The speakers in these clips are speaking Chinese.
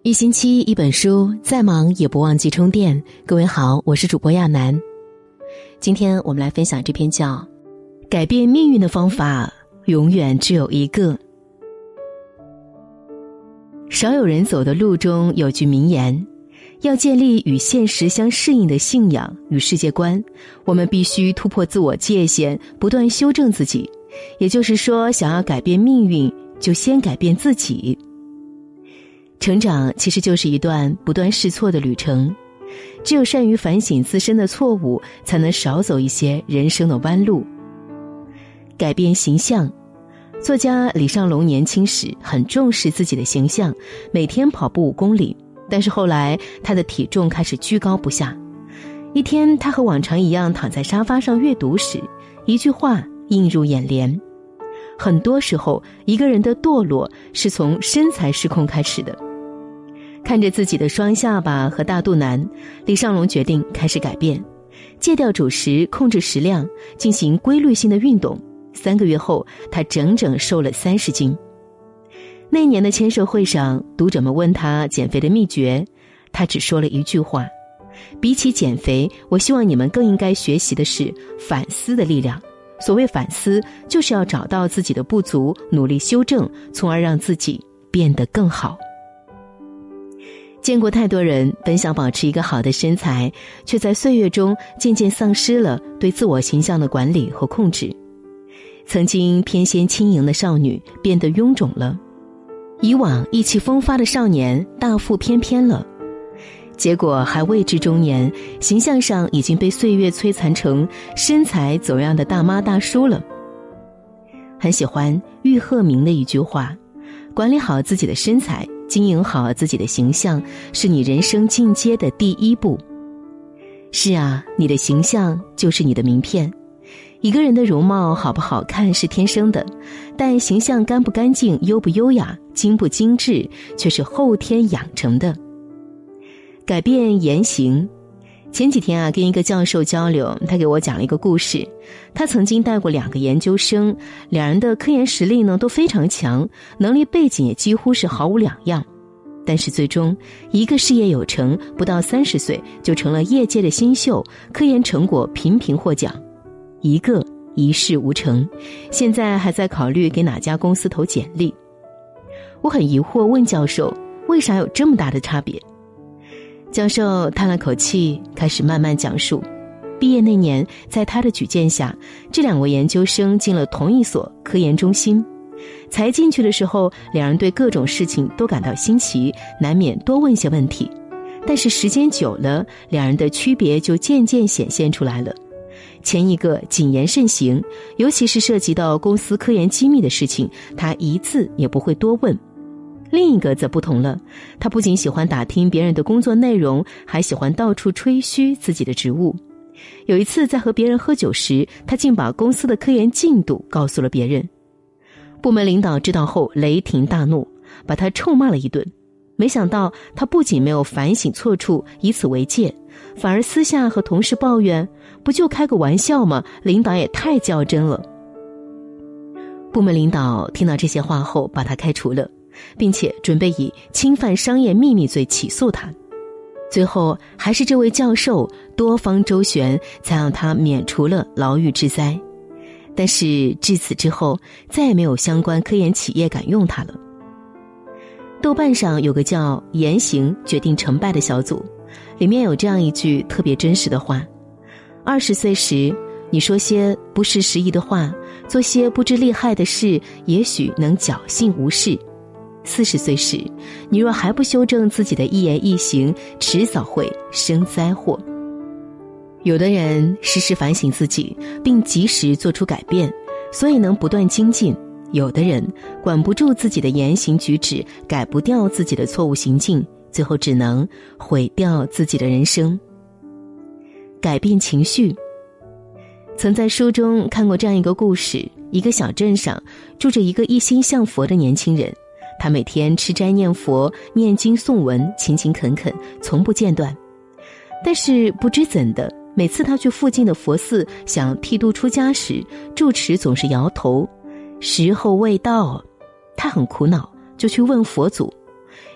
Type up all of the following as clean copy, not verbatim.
一星期一本书，再忙也不忘记充电。各位好，我是主播亚楠。今天我们来分享这篇叫《改变命运的方法永远只有一个》。少有人走的路中有句名言，要建立与现实相适应的信仰与世界观，我们必须突破自我界限，不断修正自己。也就是说，想要改变命运，就先改变自己。成长其实就是一段不断试错的旅程，只有善于反省自身的错误，才能少走一些人生的弯路。改变形象，作家李尚龙年轻时很重视自己的形象，每天跑步5公里，但是后来他的体重开始居高不下。一天，他和往常一样躺在沙发上阅读时，一句话映入眼帘：很多时候，一个人的堕落是从身材失控开始的。看着自己的双下巴和大肚腩，李尚龙决定开始改变，戒掉主食，控制食量，进行规律性的运动。3个月后，他整整瘦了30斤。那年的签售会上，读者们问他减肥的秘诀，他只说了一句话：比起减肥，我希望你们更应该学习的是反思的力量。所谓反思，就是要找到自己的不足，努力修正，从而让自己变得更好。见过太多人本想保持一个好的身材，却在岁月中渐渐丧失了对自我形象的管理和控制。曾经翩跹轻盈的少女变得臃肿了，以往意气风发的少年大腹翩翩了，结果还未至中年，形象上已经被岁月摧残成身材走样的大妈大叔了。很喜欢俞鹤鸣的一句话：管理好自己的身材，经营好自己的形象，是你人生进阶的第一步。是啊，你的形象就是你的名片。一个人的容貌好不好看是天生的，但形象干不干净、优不优雅、精不精致，却是后天养成的。改变言行。前几天跟一个教授交流，他给我讲了一个故事。他曾经带过2个研究生，两人的科研实力呢都非常强，能力背景也几乎是毫无两样。但是最终，一个事业有成，不到30岁就成了业界的新秀，科研成果频频获奖；一个一事无成，现在还在考虑给哪家公司投简历。我很疑惑，问教授为啥有这么大的差别。教授叹了口气，开始慢慢讲述。毕业那年，在他的举荐下，这2位研究生进了同一所科研中心。才进去的时候，两人对各种事情都感到新奇，难免多问些问题。但是时间久了，两人的区别就渐渐显现出来了。前一个谨言慎行，尤其是涉及到公司科研机密的事情，他一字也不会多问。另一个则不同了，他不仅喜欢打听别人的工作内容，还喜欢到处吹嘘自己的职务。有一次在和别人喝酒时，他竟把公司的科研进度告诉了别人。部门领导知道后雷霆大怒，把他臭骂了一顿。没想到他不仅没有反省错处以此为戒，反而私下和同事抱怨，不就开个玩笑吗？领导也太较真了。部门领导听到这些话后把他开除了，并且准备以侵犯商业秘密罪起诉他。最后还是这位教授多方周旋，才让他免除了牢狱之灾。但是至此之后，再也没有相关科研企业敢用他了。豆瓣上有个叫“言行决定成败”的小组，里面有这样一句特别真实的话：20岁时，你说些不失时宜的话，做些不知利害的事，也许能侥幸无事。40岁时，你若还不修正自己的一言一行，迟早会生灾祸。有的人时时反省自己，并及时做出改变，所以能不断精进；有的人管不住自己的言行举止，改不掉自己的错误行径，最后只能毁掉自己的人生。改变情绪。曾在书中看过这样一个故事，一个小镇上住着一个一心向佛的年轻人，他每天吃斋念佛，念经诵文，勤勤恳恳，从不间断。但是不知怎的，每次他去附近的佛寺想剃度出家时，住持总是摇头，时候未到。他很苦恼，就去问佛祖。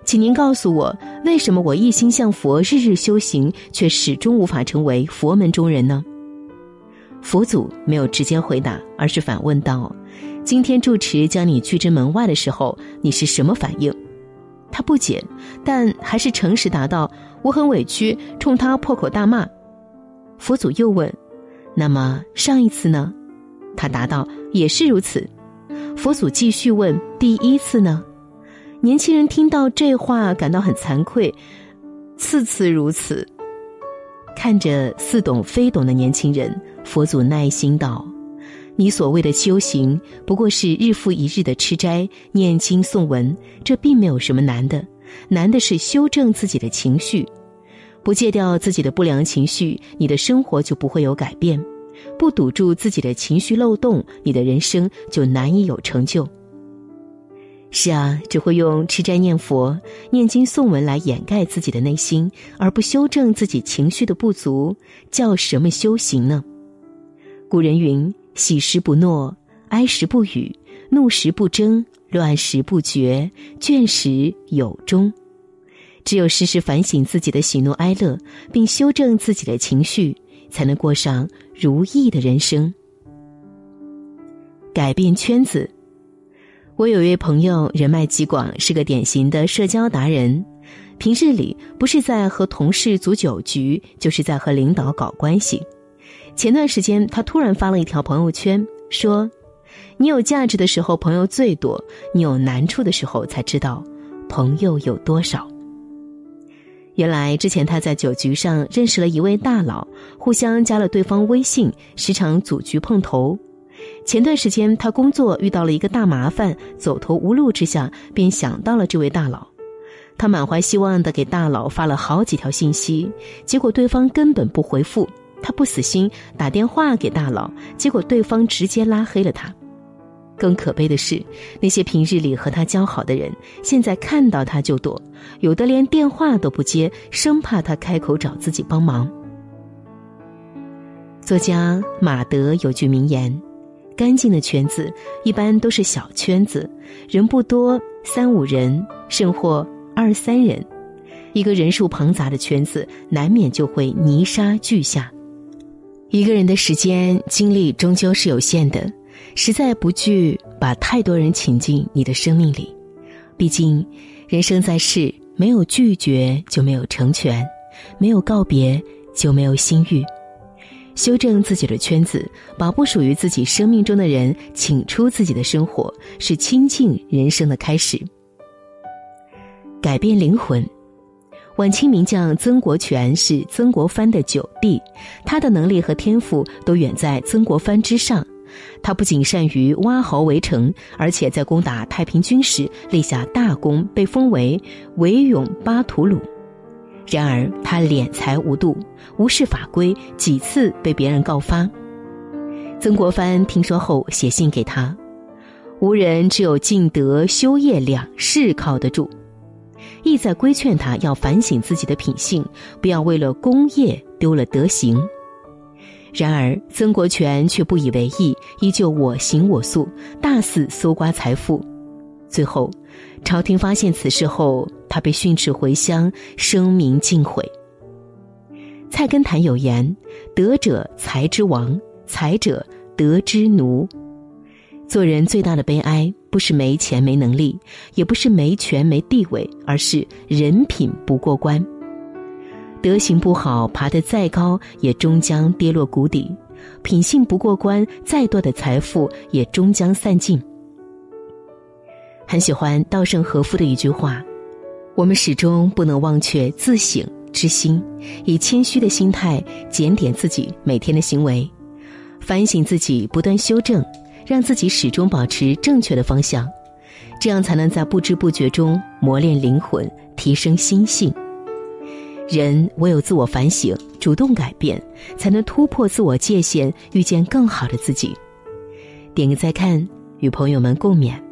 请您告诉我，为什么我一心向佛，日日修行，却始终无法成为佛门中人呢？佛祖没有直接回答，而是反问道：今天住持将你拒之门外的时候，你是什么反应？他不解，但还是诚实答道：我很委屈，冲他破口大骂。佛祖又问：那么上一次呢？他答道：也是如此。佛祖继续问：第一次呢？年轻人听到这话感到很惭愧，次次如此。看着似懂非懂的年轻人，佛祖耐心道：你所谓的修行不过是日复一日的吃斋、念经诵文，这并没有什么难的，难的是修正自己的情绪。不戒掉自己的不良情绪，你的生活就不会有改变；不堵住自己的情绪漏洞，你的人生就难以有成就。是啊，只会用吃斋念佛、念经诵文来掩盖自己的内心，而不修正自己情绪的不足，叫什么修行呢？古人云：喜时不诺，哀时不语，怒时不争，乱时不决，倦时有终。只有时时反省自己的喜怒哀乐，并修正自己的情绪，才能过上如意的人生。改变圈子。我有一位朋友人脉极广，是个典型的社交达人，平日里不是在和同事组酒局，就是在和领导搞关系。前段时间他突然发了一条朋友圈，说：你有价值的时候朋友最多，你有难处的时候才知道朋友有多少。原来之前他在酒局上认识了一位大佬，互相加了对方微信，时常组局碰头。前段时间他工作遇到了一个大麻烦，走投无路之下便想到了这位大佬。他满怀希望地给大佬发了好几条信息，结果对方根本不回复。他不死心，打电话给大佬，结果对方直接拉黑了他。更可悲的是，那些平日里和他交好的人，现在看到他就躲，有的连电话都不接，生怕他开口找自己帮忙。作家马德有句名言：干净的圈子一般都是小圈子，人不多，3-5人，甚或2-3人。一个人数庞杂的圈子，难免就会泥沙俱下。一个人的时间精力终究是有限的，实在不惧把太多人请进你的生命里。毕竟人生在世，没有拒绝就没有成全，没有告别就没有心欲。修正自己的圈子，把不属于自己生命中的人请出自己的生活，是清净人生的开始。改变灵魂。晚清名将曾国荃是曾国藩的9弟，他的能力和天赋都远在曾国藩之上。他不仅善于挖壕围城，而且在攻打太平军时立下大功，被封为韦勇巴图鲁。然而他敛财无度，无视法规，几次被别人告发。曾国藩听说后写信给他：无人只有敬德修业2事靠得住，意在规劝他要反省自己的品性，不要为了功业丢了德行。然而曾国荃却不以为意，依旧我行我素，大肆搜刮财富。最后朝廷发现此事后，他被训斥回乡，声名尽毁。菜根谭有言：德者财之王，财者德之奴。做人最大的悲哀，不是没钱没能力，也不是没权没地位，而是人品不过关。德行不好，爬得再高也终将跌落谷底；品性不过关，再多的财富也终将散尽。很喜欢稻盛和夫的一句话：我们始终不能忘却自省之心，以谦虚的心态检点自己每天的行为，反省自己，不断修正，让自己始终保持正确的方向，这样才能在不知不觉中磨练灵魂，提升心性。人唯有自我反省，主动改变，才能突破自我界限，遇见更好的自己。点个再看，与朋友们共勉。